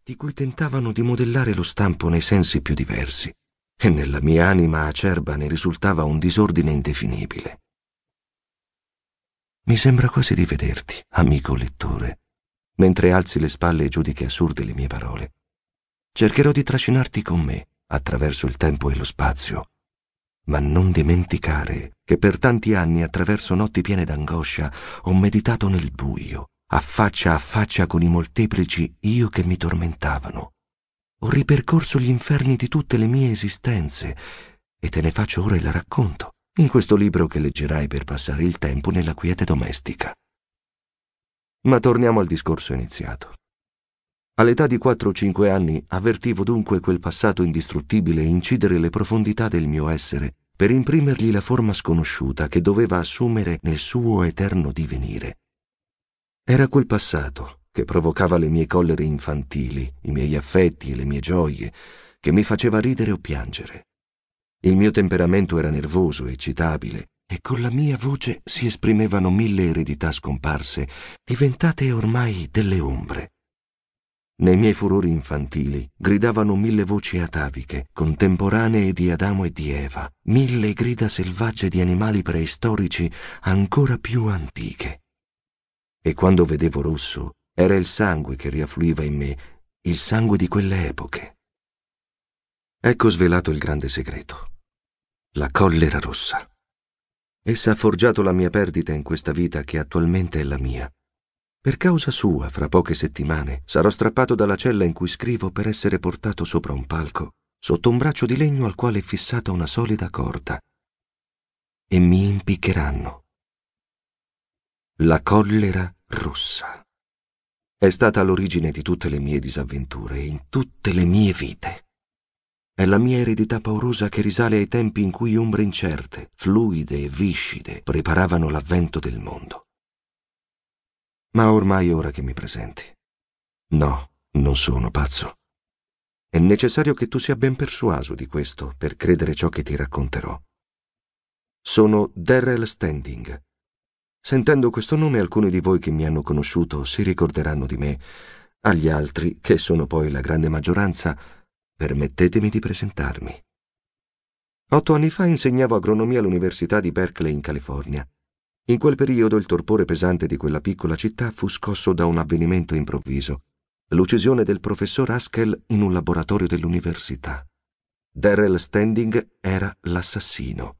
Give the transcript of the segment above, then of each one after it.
di cui tentavano di modellare lo stampo nei sensi più diversi, e nella mia anima acerba ne risultava un disordine indefinibile. Mi sembra quasi di vederti, amico lettore, mentre alzi le spalle e giudichi assurde le mie parole. Cercherò di trascinarti con me attraverso il tempo e lo spazio, ma non dimenticare che per tanti anni, attraverso notti piene d'angoscia, ho meditato nel buio, a faccia con i molteplici io che mi tormentavano. Ho ripercorso gli inferni di tutte le mie esistenze e te ne faccio ora il racconto, in questo libro che leggerai per passare il tempo nella quiete domestica. Ma torniamo al discorso iniziato. All'età di 4 o 5 anni avvertivo dunque quel passato indistruttibile incidere le profondità del mio essere per imprimergli la forma sconosciuta che doveva assumere nel suo eterno divenire. Era quel passato che provocava le mie collere infantili, i miei affetti e le mie gioie, che mi faceva ridere o piangere. Il mio temperamento era nervoso, eccitabile, e con la mia voce si esprimevano 1000 eredità scomparse, diventate ormai delle ombre. Nei miei furori infantili gridavano 1000 voci ataviche, contemporanee di Adamo e di Eva, 1000 grida selvagge di animali preistorici ancora più antiche. E quando vedevo rosso, era il sangue che riaffluiva in me, il sangue di quelle epoche. Ecco svelato il grande segreto. La collera rossa. Essa ha forgiato la mia perdita in questa vita che attualmente è la mia. Per causa sua, fra poche settimane, sarò strappato dalla cella in cui scrivo per essere portato sopra un palco, sotto un braccio di legno al quale è fissata una solida corda. E mi impiccheranno. La collera rossa. È stata l'origine di tutte le mie disavventure, in tutte le mie vite. È la mia eredità paurosa che risale ai tempi in cui ombre incerte, fluide e viscide preparavano l'avvento del mondo. Ma ormai è ora che mi presenti. No, non sono pazzo. È necessario che tu sia ben persuaso di questo per credere ciò che ti racconterò. Sono Darrell Standing. Sentendo questo nome, alcuni di voi che mi hanno conosciuto si ricorderanno di me. Agli altri, che sono poi la grande maggioranza, permettetemi di presentarmi. 8 anni fa insegnavo agronomia all'Università di Berkeley in California. In quel periodo il torpore pesante di quella piccola città fu scosso da un avvenimento improvviso, l'uccisione del professor Haskell in un laboratorio dell'università. Darrell Standing era l'assassino.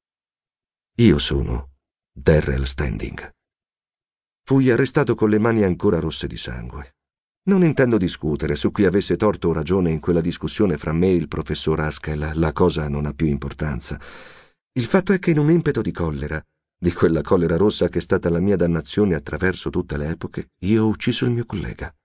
Io sono Darrell Standing. Fui arrestato con le mani ancora rosse di sangue. Non intendo discutere su chi avesse torto o ragione in quella discussione fra me e il professor Haskell, la cosa non ha più importanza. Il fatto è che in un impeto di collera, di quella collera rossa che è stata la mia dannazione attraverso tutte le epoche, io ho ucciso il mio collega.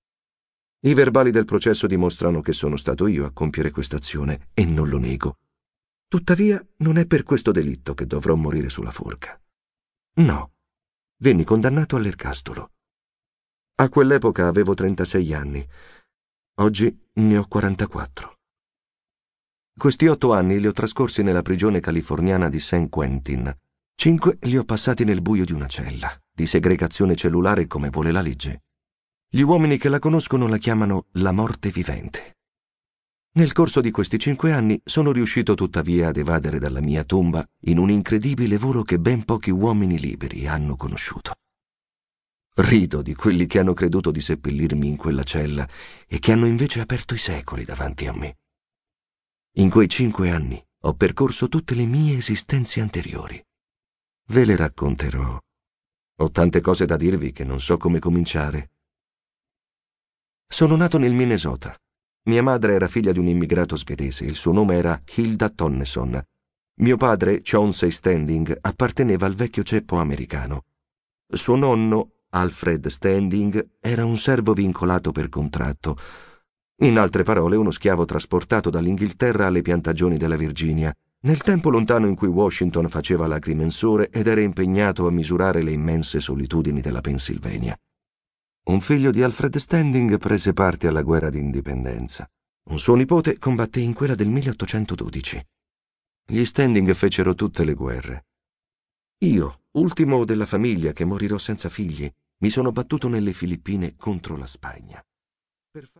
I verbali del processo dimostrano che sono stato io a compiere questa azione e non lo nego. Tuttavia, non è per questo delitto che dovrò morire sulla forca. No, venni condannato all'ergastolo. A quell'epoca avevo 36 anni. Oggi ne ho 44. Questi 8 anni li ho trascorsi nella prigione californiana di San Quentin. 5 li ho passati nel buio di una cella, di segregazione cellulare come vuole la legge. Gli uomini che la conoscono la chiamano la morte vivente. Nel corso di questi 5 anni sono riuscito tuttavia ad evadere dalla mia tomba in un incredibile volo che ben pochi uomini liberi hanno conosciuto. Rido di quelli che hanno creduto di seppellirmi in quella cella e che hanno invece aperto i secoli davanti a me. In quei 5 anni ho percorso tutte le mie esistenze anteriori. Ve le racconterò. Ho tante cose da dirvi che non so come cominciare. Sono nato nel Minnesota. Mia madre era figlia di un immigrato svedese, il suo nome era Hilda Tonnesson. Mio padre, Chauncey Standing, apparteneva al vecchio ceppo americano. Suo nonno, Alfred Standing, era un servo vincolato per contratto. In altre parole, uno schiavo trasportato dall'Inghilterra alle piantagioni della Virginia, nel tempo lontano in cui Washington faceva l'agrimensore ed era impegnato a misurare le immense solitudini della Pennsylvania. Un figlio di Alfred Standing prese parte alla guerra d'indipendenza. Un suo nipote combatté in quella del 1812. Gli Standing fecero tutte le guerre. Io, ultimo della famiglia che morirò senza figli, mi sono battuto nelle Filippine contro la Spagna.